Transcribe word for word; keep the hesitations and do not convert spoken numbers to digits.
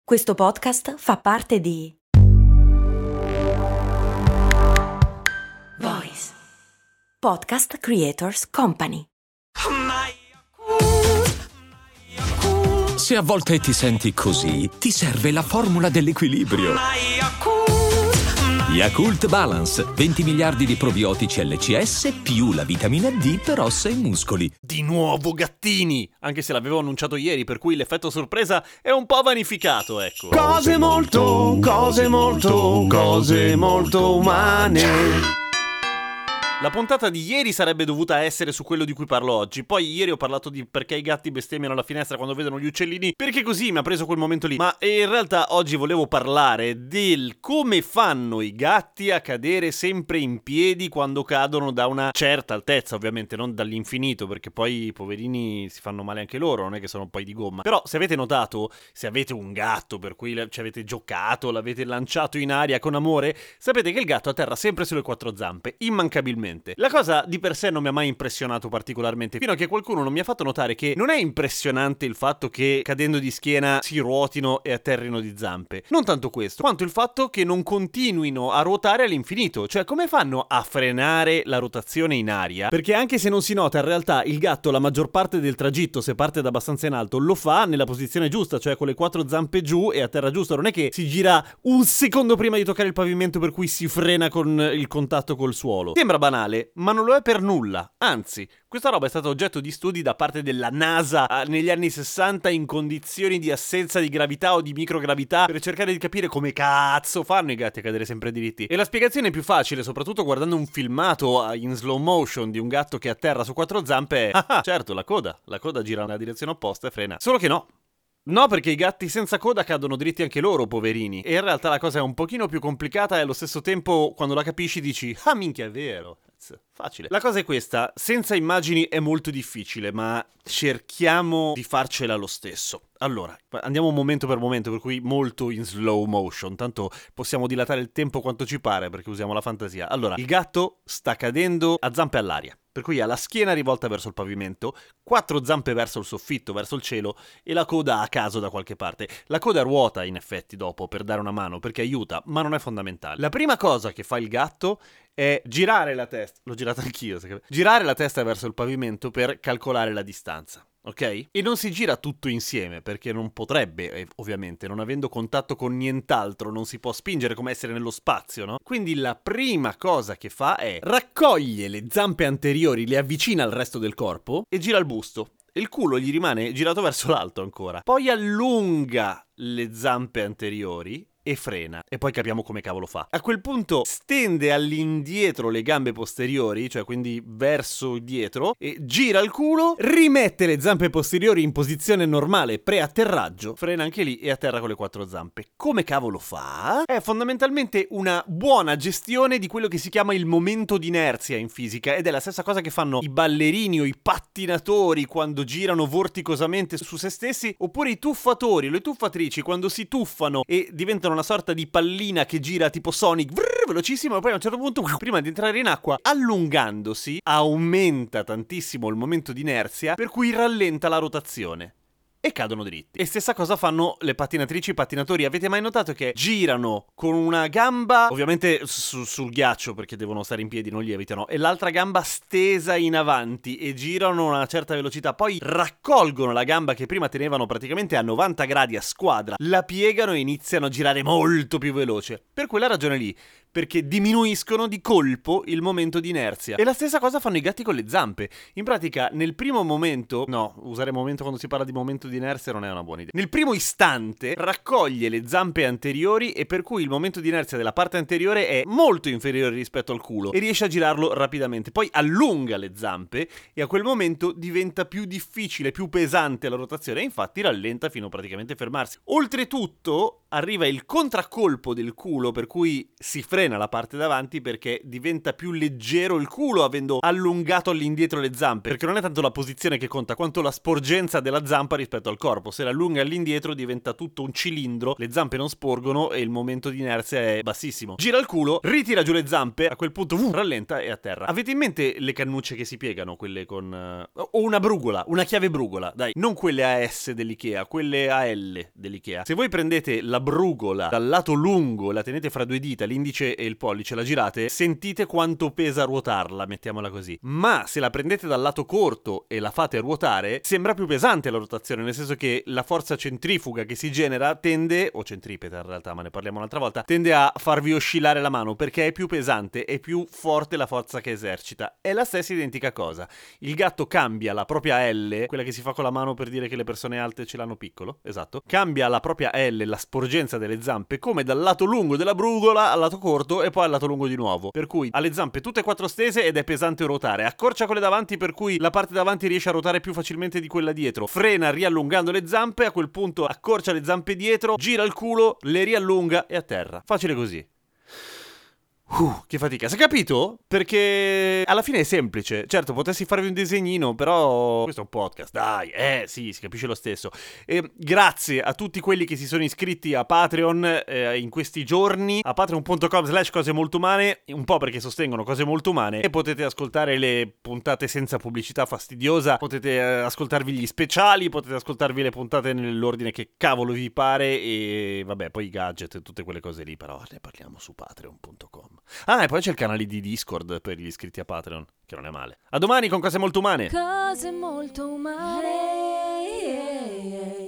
Questo podcast fa parte di Voice Podcast Creators Company. Se a volte ti senti così, ti serve la formula dell'equilibrio. Yakult Balance, venti miliardi di probiotici L C S più la vitamina D per ossa e muscoli. Di nuovo gattini! Anche se l'avevo annunciato ieri, per cui l'effetto sorpresa è un po' vanificato, ecco. Cose molto, cose molto, cose molto umane. La puntata di ieri sarebbe dovuta essere su quello di cui parlo oggi. Poi ieri ho parlato di perché i gatti bestemmiano alla finestra quando vedono gli uccellini, perché così mi ha preso quel momento lì. Ma in realtà oggi volevo parlare del come fanno i gatti a cadere sempre in piedi quando cadono da una certa altezza, ovviamente non dall'infinito, perché poi i poverini si fanno male anche loro, non è che sono poi di gomma. Però se avete notato, se avete un gatto per cui ci avete giocato, l'avete lanciato in aria con amore, sapete che il gatto atterra sempre sulle quattro zampe, immancabilmente. La cosa di per sé non mi ha mai impressionato particolarmente, fino a che qualcuno non mi ha fatto notare che non è impressionante il fatto che cadendo di schiena si ruotino e atterrino di zampe. Non tanto questo, quanto il fatto che non continuino a ruotare all'infinito. Cioè, come fanno a frenare la rotazione in aria? Perché anche se non si nota, in realtà il gatto la maggior parte del tragitto, se parte da abbastanza in alto, lo fa nella posizione giusta, cioè con le quattro zampe giù e a terra giusta. Non è che si gira un secondo prima di toccare il pavimento per cui si frena con il contatto col suolo. Sembra banale, ma non lo è per nulla. Anzi, questa roba è stata oggetto di studi da parte della NASA negli anni sessanta in condizioni di assenza di gravità o di microgravità, per cercare di capire come cazzo fanno i gatti a cadere sempre diritti. E la spiegazione più facile, soprattutto guardando un filmato in slow motion di un gatto che atterra su quattro zampe, è ah, certo, la coda. La coda gira nella direzione opposta e frena. Solo che no. No, perché i gatti senza coda cadono dritti anche loro, poverini. E in realtà la cosa è un pochino più complicata e allo stesso tempo, quando la capisci, dici ah, minchia, è vero. Facile. La cosa è questa, senza immagini è molto difficile, ma cerchiamo di farcela lo stesso. Allora, andiamo momento per momento, per cui molto in slow motion, tanto possiamo dilatare il tempo quanto ci pare perché usiamo la fantasia. Allora, il gatto sta cadendo a zampe all'aria, per cui ha la schiena rivolta verso il pavimento, quattro zampe verso il soffitto, verso il cielo e la coda a caso da qualche parte. La coda ruota in effetti dopo per dare una mano, perché aiuta, ma non è fondamentale. La prima cosa che fa il gatto è girare la testa, l'ho girata anch'io, girare la testa verso il pavimento per calcolare la distanza. Ok? E non si gira tutto insieme, perché non potrebbe, eh, ovviamente, non avendo contatto con nient'altro, non si può spingere come essere nello spazio, no? Quindi la prima cosa che fa è raccoglie le zampe anteriori, le avvicina al resto del corpo e gira il busto. Il culo gli rimane girato verso l'alto ancora. Poi allunga le zampe anteriori e frena, e poi capiamo come cavolo fa. A quel punto stende all'indietro le gambe posteriori, cioè quindi verso dietro, e gira il culo, rimette le zampe posteriori in posizione normale pre-atterraggio, frena anche lì e atterra con le quattro zampe. Come cavolo fa? È fondamentalmente una buona gestione di quello che si chiama il momento di inerzia in fisica, ed è la stessa cosa che fanno i ballerini o i pattinatori quando girano vorticosamente su se stessi, oppure i tuffatori o le tuffatrici quando si tuffano e diventano una sorta di pallina che gira tipo Sonic, vrr, velocissimo, e poi a un certo punto, prima di entrare in acqua, allungandosi, aumenta tantissimo il momento di inerzia, per cui rallenta la rotazione. E cadono dritti. E stessa cosa fanno le pattinatrici e i pattinatori. Avete mai notato che girano con una gamba, ovviamente su, sul ghiaccio perché devono stare in piedi, non lievitano, e l'altra gamba stesa in avanti e girano a una certa velocità, poi raccolgono la gamba che prima tenevano praticamente a novanta gradi a squadra, la piegano e iniziano a girare molto più veloce. Per quella ragione lì, perché diminuiscono di colpo il momento di inerzia. E la stessa cosa fanno i gatti con le zampe. In pratica, nel primo momento, no, usare momento quando si parla di momento di inerzia non è una buona idea. Nel primo istante raccoglie le zampe anteriori, e per cui il momento di inerzia della parte anteriore è molto inferiore rispetto al culo e riesce a girarlo rapidamente. Poi allunga le zampe e a quel momento diventa più difficile, più pesante la rotazione, e infatti rallenta fino a praticamente fermarsi. Oltretutto, arriva il contraccolpo del culo, per cui si frena la parte davanti perché diventa più leggero il culo avendo allungato all'indietro le zampe, perché non è tanto la posizione che conta quanto la sporgenza della zampa rispetto al corpo. Se la allunga all'indietro diventa tutto un cilindro, le zampe non sporgono e il momento di inerzia è bassissimo. Gira il culo, ritira giù le zampe, a quel punto uh, rallenta e atterra. Avete in mente le cannucce che si piegano, quelle con uh, o una brugola, una chiave brugola, dai, non quelle A S dell'Ikea, quelle A L dell'Ikea. Se voi prendete la brugola dal lato lungo, la tenete fra due dita, l'indice e il pollice, la girate, sentite quanto pesa ruotarla, mettiamola così. Ma se la prendete dal lato corto e la fate ruotare, sembra più pesante la rotazione, nel senso che la forza centrifuga che si genera tende, o centripeta in realtà, ma ne parliamo un'altra volta, tende a farvi oscillare la mano perché è più pesante, è più forte la forza che esercita. È la stessa identica cosa. Il gatto cambia la propria L, quella che si fa con la mano per dire che le persone alte ce l'hanno piccolo, esatto, cambia la propria L, la sporgenza delle zampe, come dal lato lungo della brugola al lato corto e poi al lato lungo di nuovo. Per cui ha le zampe tutte e quattro stese ed è pesante ruotare. Accorcia quelle davanti per cui la parte davanti riesce a ruotare più facilmente di quella dietro. Frena riallungando le zampe, a quel punto accorcia le zampe dietro, gira il culo, le riallunga e atterra. Facile così. Uh, che fatica. Si è capito? Perché alla fine è semplice. Certo, potessi farvi un disegnino, però questo è un podcast, dai. Eh, sì, si capisce lo stesso. E grazie a tutti quelli che si sono iscritti a Patreon eh, in questi giorni, a patreon punto com slash cose molto umane, un po' perché sostengono Cose Molto Umane, e potete ascoltare le puntate senza pubblicità fastidiosa, potete eh, ascoltarvi gli speciali, potete ascoltarvi le puntate nell'ordine che cavolo vi pare, e vabbè, poi i gadget e tutte quelle cose lì, però ne parliamo su patreon punto com. Ah, e poi c'è il canale di Discord per gli iscritti a Patreon, che non è male. A domani con Cose Molto Umane. Cose molto umane.